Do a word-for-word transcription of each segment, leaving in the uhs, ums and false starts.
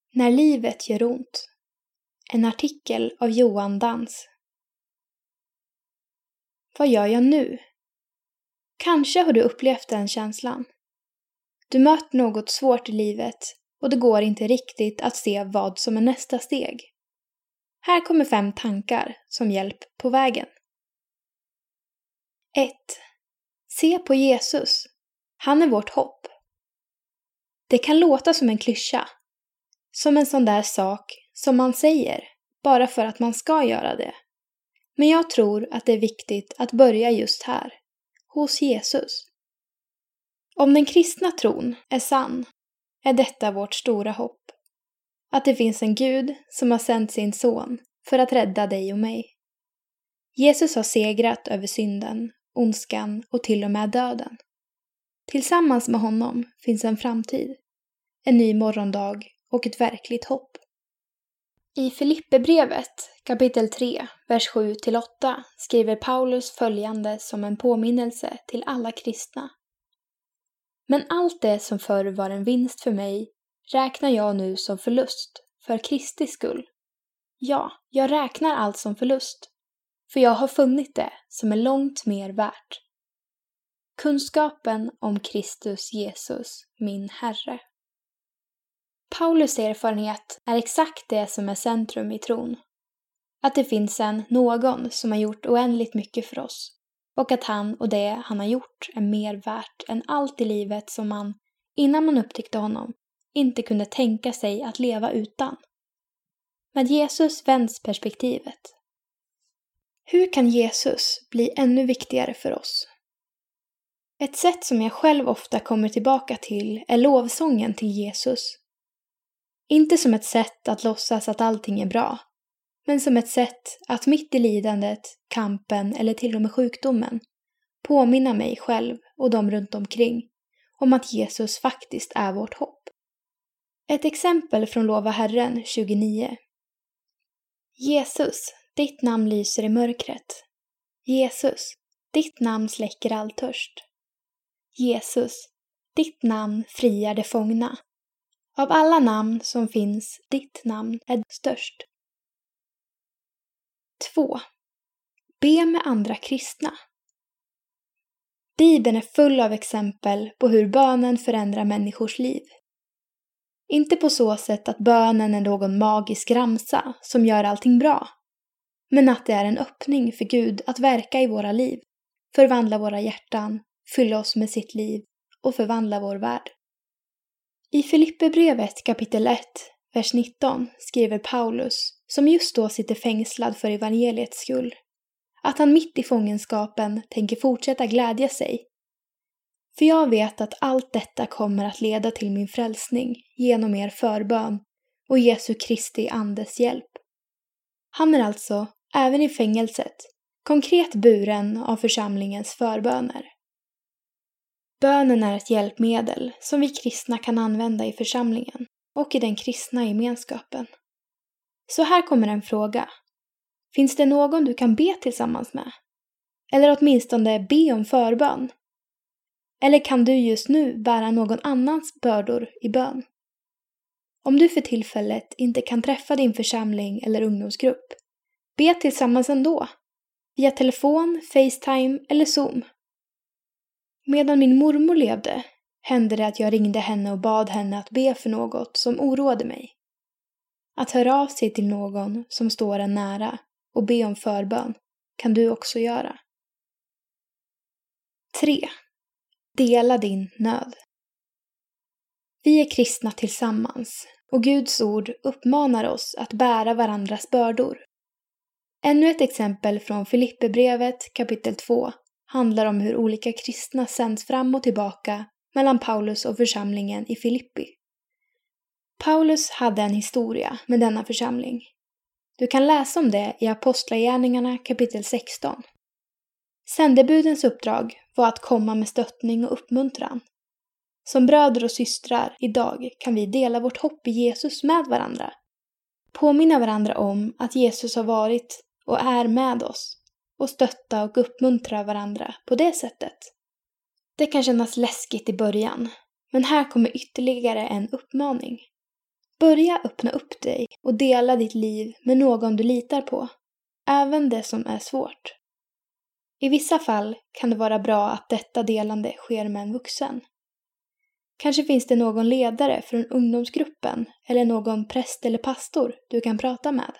När livet gör ont. En artikel av Johan Dans. Vad gör jag nu? Kanske har du upplevt den känslan. Du möter något svårt i livet och det går inte riktigt att se vad som är nästa steg. Här kommer fem tankar som hjälp på vägen. ett. Se på Jesus. Han är vårt hopp. Det kan låta som en klyscha. Som en sån där sak som man säger bara för att man ska göra det. Men jag tror att det är viktigt att börja just här, hos Jesus. Om den kristna tron är sann är detta vårt stora hopp. Att det finns en Gud som har sänt sin son för att rädda dig och mig. Jesus har segrat över synden, ondskan och till och med döden. Tillsammans med honom finns en framtid, en ny morgondag och ett verkligt hopp. I Filipperbrevet kapitel tre, vers sju till åtta skriver Paulus följande som en påminnelse till alla kristna. Men allt det som förr var en vinst för mig räknar jag nu som förlust för Kristi skull. Ja, jag räknar allt som förlust, för jag har funnit det som är långt mer värt. Kunskapen om Kristus Jesus, min Herre. Paulus erfarenhet är exakt det som är centrum i tron. Att det finns en någon som har gjort oändligt mycket för oss. Och att han och det han har gjort är mer värt än allt i livet som man, innan man upptäckte honom, inte kunde tänka sig att leva utan. Med Jesus vänds perspektivet. Hur kan Jesus bli ännu viktigare för oss? Ett sätt som jag själv ofta kommer tillbaka till är lovsången till Jesus. Inte som ett sätt att låtsas att allting är bra, men som ett sätt att mitt i lidandet, kampen eller till och med sjukdomen påminna mig själv och de runt omkring om att Jesus faktiskt är vårt hopp. Ett exempel från Lova Herren tjugonio. Jesus, ditt namn lyser i mörkret. Jesus, ditt namn släcker all törst. Jesus, ditt namn friar de fångna. Av alla namn som finns, ditt namn är störst. två. Be med andra kristna. Bibeln är full av exempel på hur bönen förändrar människors liv. Inte på så sätt att bönen är någon magisk ramsa som gör allting bra, men att det är en öppning för Gud att verka i våra liv, förvandla våra hjärtan, fylla oss med sitt liv och förvandla vår värld. I Filipperbrevet kapitel ett, vers nitton skriver Paulus, som just då sitter fängslad för evangeliets skull, att han mitt i fångenskapen tänker fortsätta glädja sig. För jag vet att allt detta kommer att leda till min frälsning genom er förbön och Jesu Kristi andes hjälp. Han är alltså, även i fängelset, konkret buren av församlingens förböner. Bönen är ett hjälpmedel som vi kristna kan använda i församlingen och i den kristna gemenskapen. Så här kommer en fråga. Finns det någon du kan be tillsammans med? Eller åtminstone be om förbön? Eller kan du just nu bära någon annans bördor i bön? Om du för tillfället inte kan träffa din församling eller ungdomsgrupp, be tillsammans ändå. Via telefon, FaceTime eller Zoom. Medan min mormor levde hände det att jag ringde henne och bad henne att be för något som oroade mig. Att höra av sig till någon som står en nära och be om förbön kan du också göra. tre. Dela din nöd. Vi är kristna tillsammans och Guds ord uppmanar oss att bära varandras bördor. Ännu ett exempel från Filipperbrevet kapitel två handlar om hur olika kristna sänds fram och tillbaka mellan Paulus och församlingen i Filippi. Paulus hade en historia med denna församling. Du kan läsa om det i Apostlagärningarna kapitel sexton. Sändebudens uppdrag var att komma med stöttning och uppmuntran. Som bröder och systrar idag kan vi dela vårt hopp i Jesus med varandra. Påminna varandra om att Jesus har varit och är med oss och stötta och uppmuntra varandra på det sättet. Det kan kännas läskigt i början, men här kommer ytterligare en uppmaning. Börja öppna upp dig och dela ditt liv med någon du litar på, även det som är svårt. I vissa fall kan det vara bra att detta delande sker med en vuxen. Kanske finns det någon ledare från ungdomsgruppen eller någon präst eller pastor du kan prata med.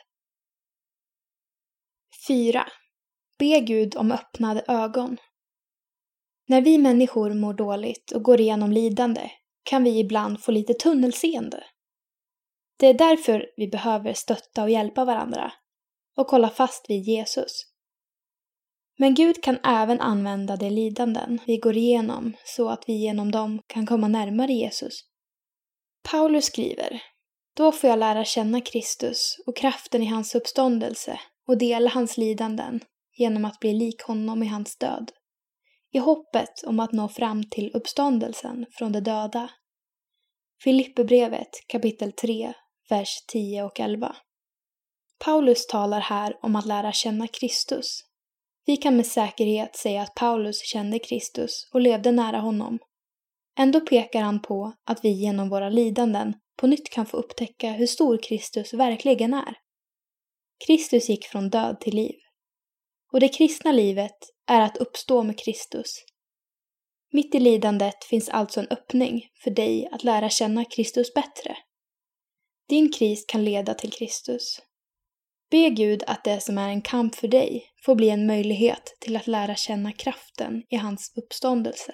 fyra. Be Gud om öppnade ögon. När vi människor mår dåligt och går igenom lidande kan vi ibland få lite tunnelseende. Det är därför vi behöver stötta och hjälpa varandra och hålla fast vid Jesus. Men Gud kan även använda de lidanden vi går igenom så att vi genom dem kan komma närmare Jesus. Paulus skriver: Då får jag lära känna Kristus och kraften i hans uppståndelse och dela hans lidanden genom att bli lik honom i hans död, i hoppet om att nå fram till uppståndelsen från de döda. Filipperbrevet kapitel tre, vers tio och elva. Paulus talar här om att lära känna Kristus. Vi kan med säkerhet säga att Paulus kände Kristus och levde nära honom. Ändå pekar han på att vi genom våra lidanden på nytt kan få upptäcka hur stor Kristus verkligen är. Kristus gick från död till liv. Och det kristna livet är att uppstå med Kristus. Mitt i lidandet finns alltså en öppning för dig att lära känna Kristus bättre. Din kris kan leda till Kristus. Be Gud att det som är en kamp för dig får bli en möjlighet till att lära känna kraften i hans uppståndelse.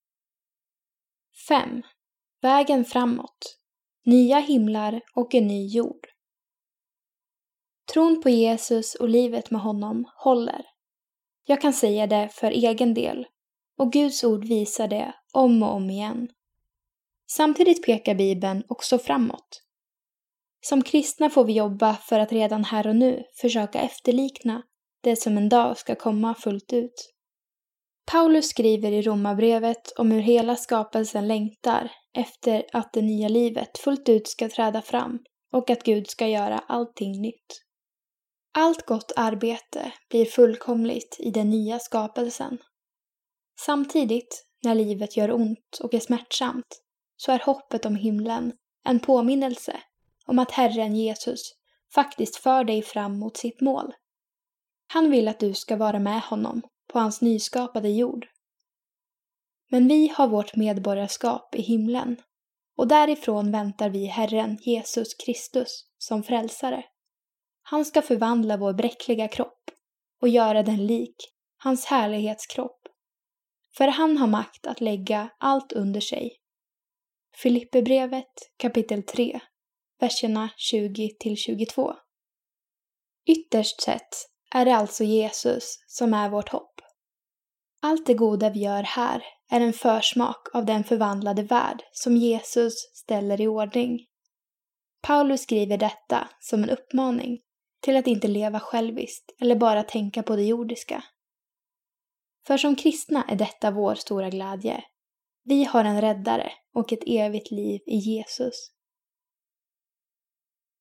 fem. Vägen framåt. Nya himlar och en ny jord. Tron på Jesus och livet med honom håller. Jag kan säga det för egen del, och Guds ord visar det om och om igen. Samtidigt pekar Bibeln också framåt. Som kristna får vi jobba för att redan här och nu försöka efterlikna det som en dag ska komma fullt ut. Paulus skriver i Romarbrevet om hur hela skapelsen längtar efter att det nya livet fullt ut ska träda fram och att Gud ska göra allting nytt. Allt gott arbete blir fullkomligt i den nya skapelsen. Samtidigt, när livet gör ont och är smärtsamt, så är hoppet om himlen en påminnelse om att Herren Jesus faktiskt för dig fram mot sitt mål. Han vill att du ska vara med honom på hans nyskapade jord. Men vi har vårt medborgarskap i himlen, och därifrån väntar vi Herren Jesus Kristus som frälsare. Han ska förvandla vår bräckliga kropp och göra den lik hans härlighetskropp. För han har makt att lägga allt under sig. Filipperbrevet kapitel tre, verserna tjugo till tjugotvå. Ytterst sett är det alltså Jesus som är vårt hopp. Allt det goda vi gör här är en försmak av den förvandlade värld som Jesus ställer i ordning. Paulus skriver detta som en uppmaning till att inte leva själviskt eller bara tänka på det jordiska. För som kristna är detta vår stora glädje. Vi har en räddare och ett evigt liv i Jesus.